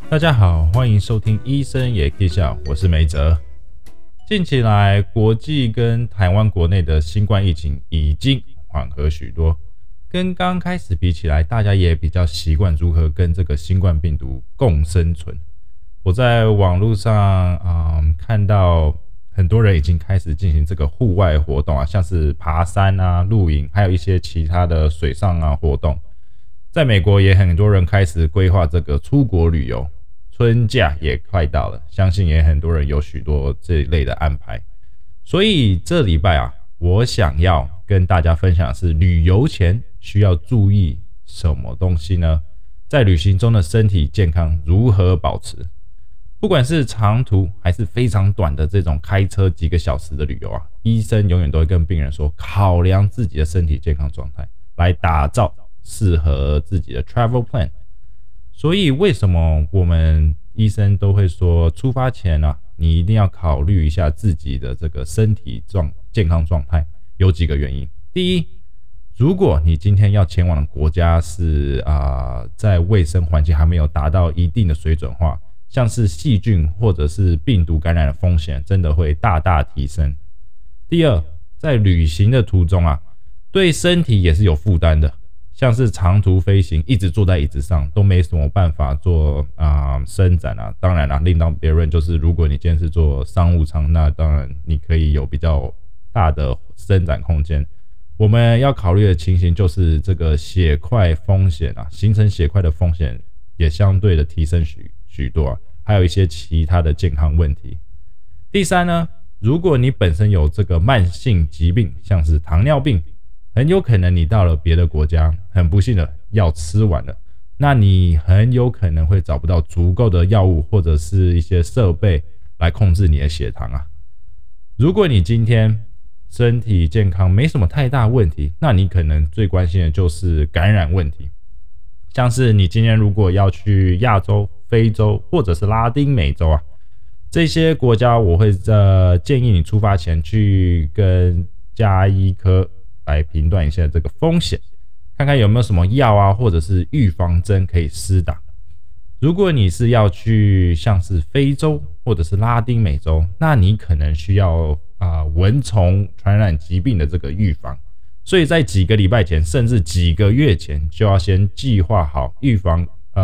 大家好，欢迎收听医生也可以笑，我是梅哲。近期来，国际跟台湾国内的新冠疫情已经缓和许多，跟刚开始比起来，大家也比较习惯如何跟这个新冠病毒共生存。我在网络上看到很多人已经开始进行这个户外活动像是爬山露营，还有一些其他的水上活动。在美国也很多人开始规划这个出国旅游，春假也快到了，相信也很多人有许多这一类的安排。所以这礼拜我想要跟大家分享的是旅游前需要注意什么东西呢？在旅行中的身体健康如何保持？不管是长途还是非常短的这种开车几个小时的旅游医生永远都会跟病人说，考量自己的身体健康状态，来打造适合自己的 travel plan。所以为什么我们医生都会说，出发前你一定要考虑一下自己的这个身体健康状态？有几个原因。第一，如果你今天要前往的国家是在卫生环境还没有达到一定的水准化，像是细菌或者是病毒感染的风险真的会大大提升。第二，在旅行的途中对身体也是有负担的，像是长途飞行一直坐在椅子上都没什么办法做伸展当然另当别论就是如果你今天是坐商务舱，那当然你可以有比较大的伸展空间。我们要考虑的情形就是这个血块风险形成血块的风险也相对的提升许多还有一些其他的健康问题。第三呢，如果你本身有这个慢性疾病，像是糖尿病，很有可能你到了别的国家，很不幸的药吃完了，那你很有可能会找不到足够的药物或者是一些设备来控制你的血糖如果你今天身体健康没什么太大问题，那你可能最关心的就是感染问题。像是你今天如果要去亚洲、非洲或者是拉丁美洲这些国家，我会建议你出发前去跟家医科来评断一下这个风险，看看有没有什么药或者是预防针可以施打。如果你是要去像是非洲或者是拉丁美洲，那你可能需要蚊虫传染疾病的这个预防。所以在几个礼拜前甚至几个月前就要先计划好预防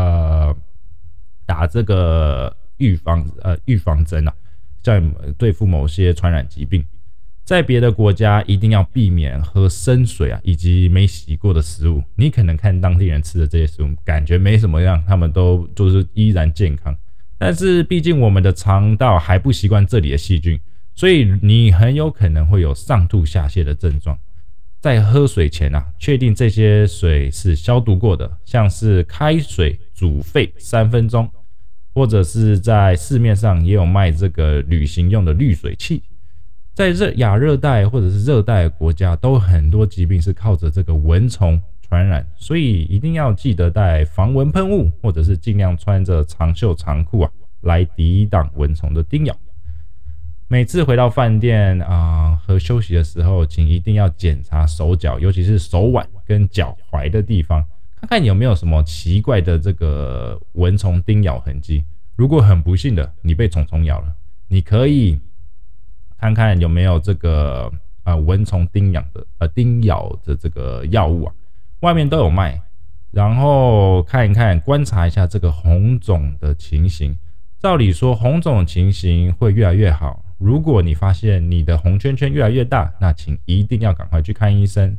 打这个预防针在对付某些传染疾病。在别的国家一定要避免喝生水以及没洗过的食物。你可能看当地人吃的这些食物感觉没什么样，他们都就是依然健康，但是毕竟我们的肠道还不习惯这里的细菌，所以你很有可能会有上吐下泻的症状。在喝水前确定这些水是消毒过的，像是开水煮沸3分钟，或者是在市面上也有卖这个旅行用的滤水器。在亚热带或者是热带的国家，都很多疾病是靠着这个蚊虫传染，所以一定要记得带防蚊喷雾，或者是尽量穿着长袖长裤来抵挡蚊虫的叮咬。每次回到饭店和休息的时候，请一定要检查手脚，尤其是手腕跟脚踝的地方，看看有没有什么奇怪的这个蚊虫叮咬痕迹。如果很不幸的你被虫虫咬了，你可以看看有没有这个蚊虫叮咬的这个药物外面都有卖，然后看一看观察一下这个红肿的情形。照理说红肿的情形会越来越好，如果你发现你的红圈圈越来越大，那请一定要赶快去看医生。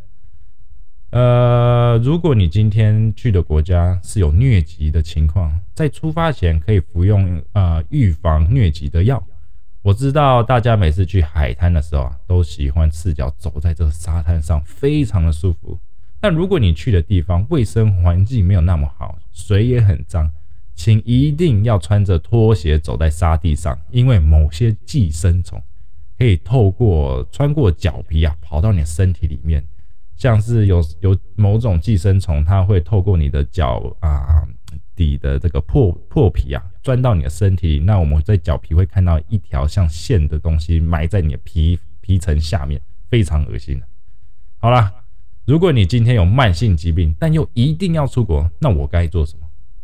如果你今天去的国家是有疟疾的情况，在出发前可以服用预防疟疾的药。我知道大家每次去海滩的时候都喜欢赤脚走在这个沙滩上，非常的舒服。但如果你去的地方卫生环境没有那么好，水也很脏，请一定要穿着拖鞋走在沙地上，因为某些寄生虫可以穿过脚皮跑到你的身体里面。像是有某种寄生虫，它会透过你的脚底的这个破皮钻到你的身体里，那我们在脚皮会看到一条像线的东西埋在你的皮层下面，非常恶心。好啦，如果你今天有慢性疾病，但又一定要出国，那我该做什么？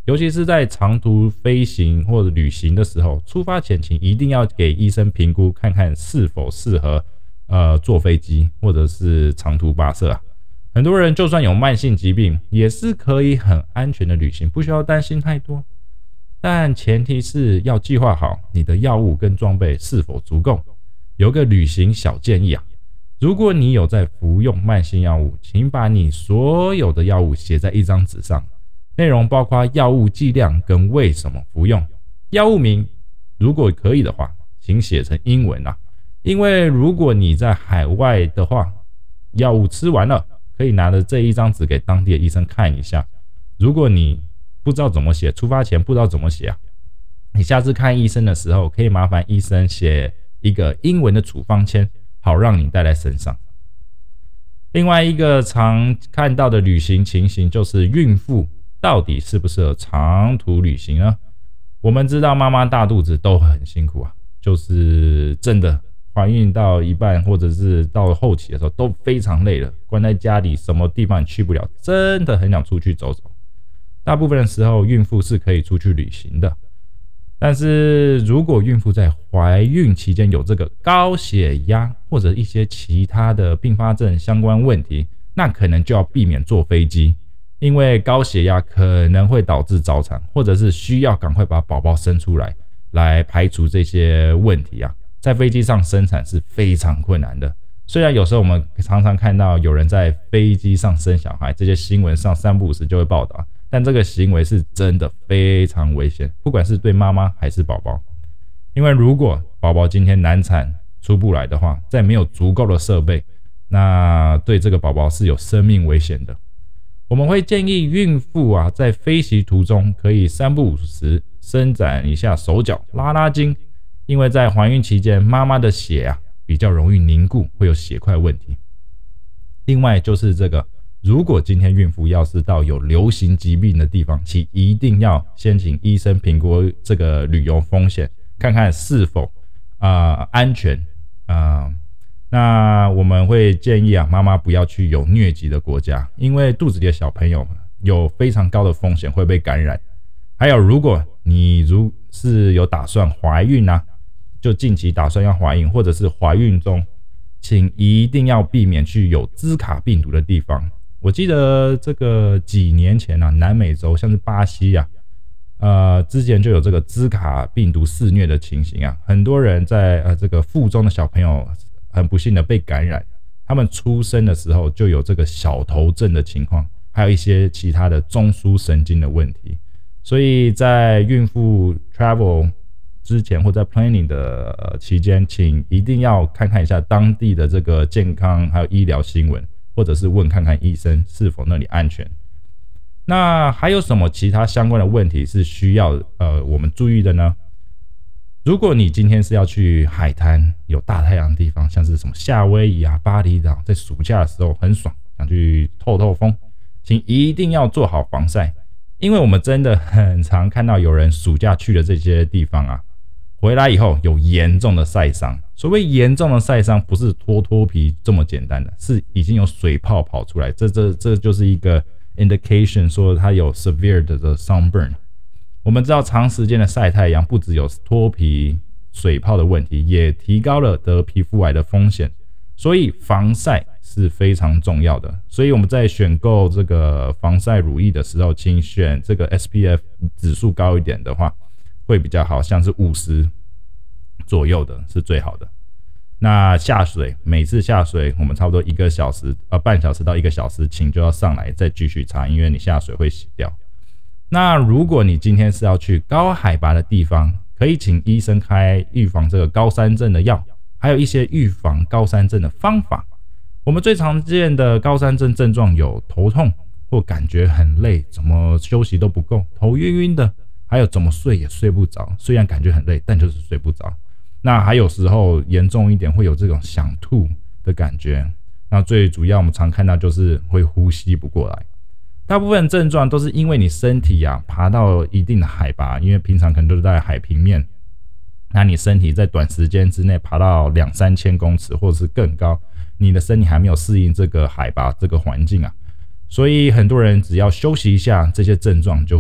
尤其是在长途飞行或者旅行的时候，出发前请一定要给医生评估，看看是否适合坐飞机或者是长途跋涉啊。很多人就算有慢性疾病，也是可以很安全的旅行，不需要担心太多。但前提是要计划好你的药物跟装备是否足够。有个旅行小建议啊，如果你有在服用慢性药物，请把你所有的药物写在一张纸上，内容包括药物剂量跟为什么服用。药物名如果可以的话，请写成英文啊，因为如果你在海外的话，药物吃完了，可以拿着这一张纸给当地的医生看一下。如果你不知道怎么写，出发前不知道怎么写啊，你下次看医生的时候，可以麻烦医生写一个英文的处方签，好让你带在身上。另外一个常看到的旅行情形就是孕妇到底适不适合长途旅行呢？我们知道妈妈大肚子都很辛苦啊，就是真的怀孕到一半或者是到后期的时候都非常累了，关在家里什么地方也去不了，真的很想出去走走。大部分的时候孕妇是可以出去旅行的，但是如果孕妇在怀孕期间有这个高血压或者一些其他的并发症相关问题，那可能就要避免坐飞机，因为高血压可能会导致早产，或者是需要赶快把宝宝生出来，来排除这些问题啊。在飞机上生产是非常困难的，虽然有时候我们常常看到有人在飞机上生小孩，这些新闻上三不五时就会报道，但这个行为是真的非常危险，不管是对妈妈还是宝宝。因为如果宝宝今天难产出不来的话，在没有足够的设备，那对这个宝宝是有生命危险的。我们会建议孕妇啊，在飞行途中可以三不五时伸展一下手脚，拉拉筋，因为在怀孕期间，妈妈的血啊比较容易凝固，会有血块问题。另外就是这个，如果今天孕妇要是到有流行疾病的地方，其一定要先请医生评估这个旅游风险，看看是否安全那我们会建议啊，妈妈不要去有疟疾的国家，因为肚子里的小朋友有非常高的风险会被感染。还有，如果你是有打算怀孕啊，就近期打算要怀孕，或者是怀孕中，请一定要避免去有兹卡病毒的地方。我记得这个几年前啊，南美洲像是巴西啊，之前就有这个兹卡病毒肆虐的情形啊，很多人在这个腹中的小朋友很不幸的被感染，他们出生的时候就有这个小头症的情况，还有一些其他的中枢神经的问题。所以在孕妇 travel 之前或在 planning 的期间，请一定要看看一下当地的这个健康还有医疗新闻，或者是问看看医生是否那里安全。那还有什么其他相关的问题是需要我们注意的呢？如果你今天是要去海滩有大太阳的地方，像是什么夏威夷啊、巴厘岛，在暑假的时候很爽，想去透透风，请一定要做好防晒，因为我们真的很常看到有人暑假去的这些地方啊，回来以后有严重的晒伤。所谓严重的晒伤，不是脱皮这么简单的，是已经有水泡跑出来，这就是一个 indication 说它有 severe 的 sunburn。我们知道长时间的晒太阳不只有脱皮水泡的问题，也提高了得皮肤癌的风险，所以防晒是非常重要的。所以我们在选购这个防晒乳液的时候，请选这个 SPF 指数高一点的话会比较好，像是50左右的是最好的。那下水，每次下水我们差不多1个小时半小时到1个小时，请就要上来再继续擦，因为你下水会洗掉。那如果你今天是要去高海拔的地方，可以请医生开预防这个高山症的药，还有一些预防高山症的方法。我们最常见的高山症症状有头痛或感觉很累，怎么休息都不够，头晕晕的，还有怎么睡也睡不着，虽然感觉很累，但就是睡不着。那还有时候严重一点会有这种想吐的感觉。那最主要我们常看到就是会呼吸不过来。大部分症状都是因为你身体爬到一定的海拔，因为平常可能都是在海平面，那你身体在短时间之内爬到2-3千公尺或者是更高，你的身体还没有适应这个海拔这个环境所以很多人只要休息一下，这些症状就会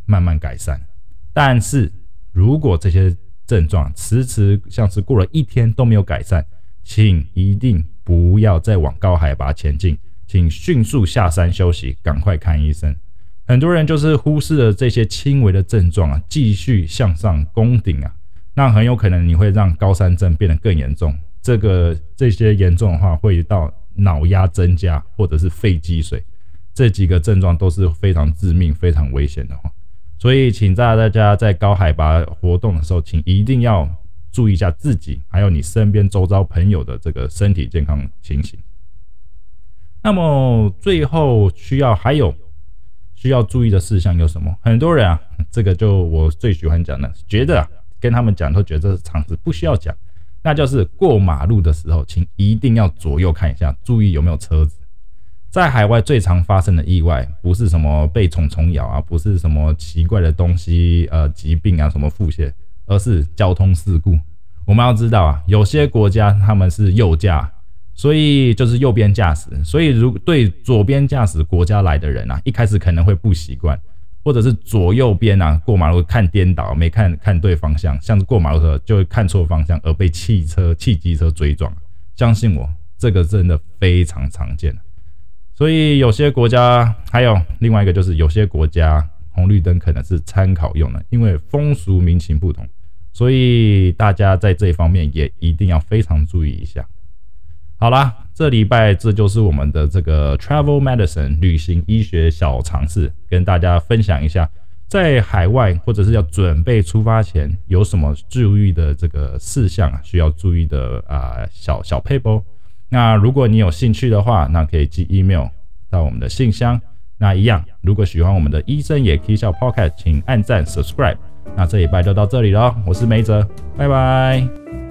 慢慢改善。但是如果这些症状迟迟像是过了1天都没有改善，请一定不要再往高海拔前进，请迅速下山休息，赶快看医生。很多人就是忽视了这些轻微的症状啊，继续向上攻顶啊，那很有可能你会让高山症变得更严重。这些严重的话，会到脑压增加或者是肺积水，这几个症状都是非常致命、非常危险的话。所以，请大家在高海拔活动的时候，请一定要注意一下自己，还有你身边周遭朋友的这个身体健康情形。那么，最后需要注意的事项有什么？很多人啊，这个就我最喜欢讲的，觉得跟他们讲都觉得这是常识，不需要讲。那就是过马路的时候，请一定要左右看一下，注意有没有车子。在海外最常发生的意外，不是什么被虫虫咬啊，不是什么奇怪的东西疾病啊，什么腹泻，而是交通事故。我们要知道啊，有些国家他们是右驾，所以就是右边驾驶，所以如对左边驾驶国家来的人啊，一开始可能会不习惯，或者是左右边啊过马路看颠倒，没看对方向，像是过马路的时候就会看错方向而被汽机车追撞。相信我，这个真的非常常见。所以有些国家，还有另外一个就是有些国家红绿灯可能是参考用的，因为风俗民情不同，所以大家在这一方面也一定要非常注意一下。好啦，这礼拜这就是我们的这个 Travel Medicine 旅行医学小常识，跟大家分享一下，在海外或者是要准备出发前有什么注意的这个事项需要注意的小撇步。那如果你有兴趣的话，那可以寄 email 到我们的信箱。那一样，如果喜欢我们的医生也可以笑 Podcast， 请按赞 subscribe。那这礼拜就到这里了，我是梅哲，拜拜。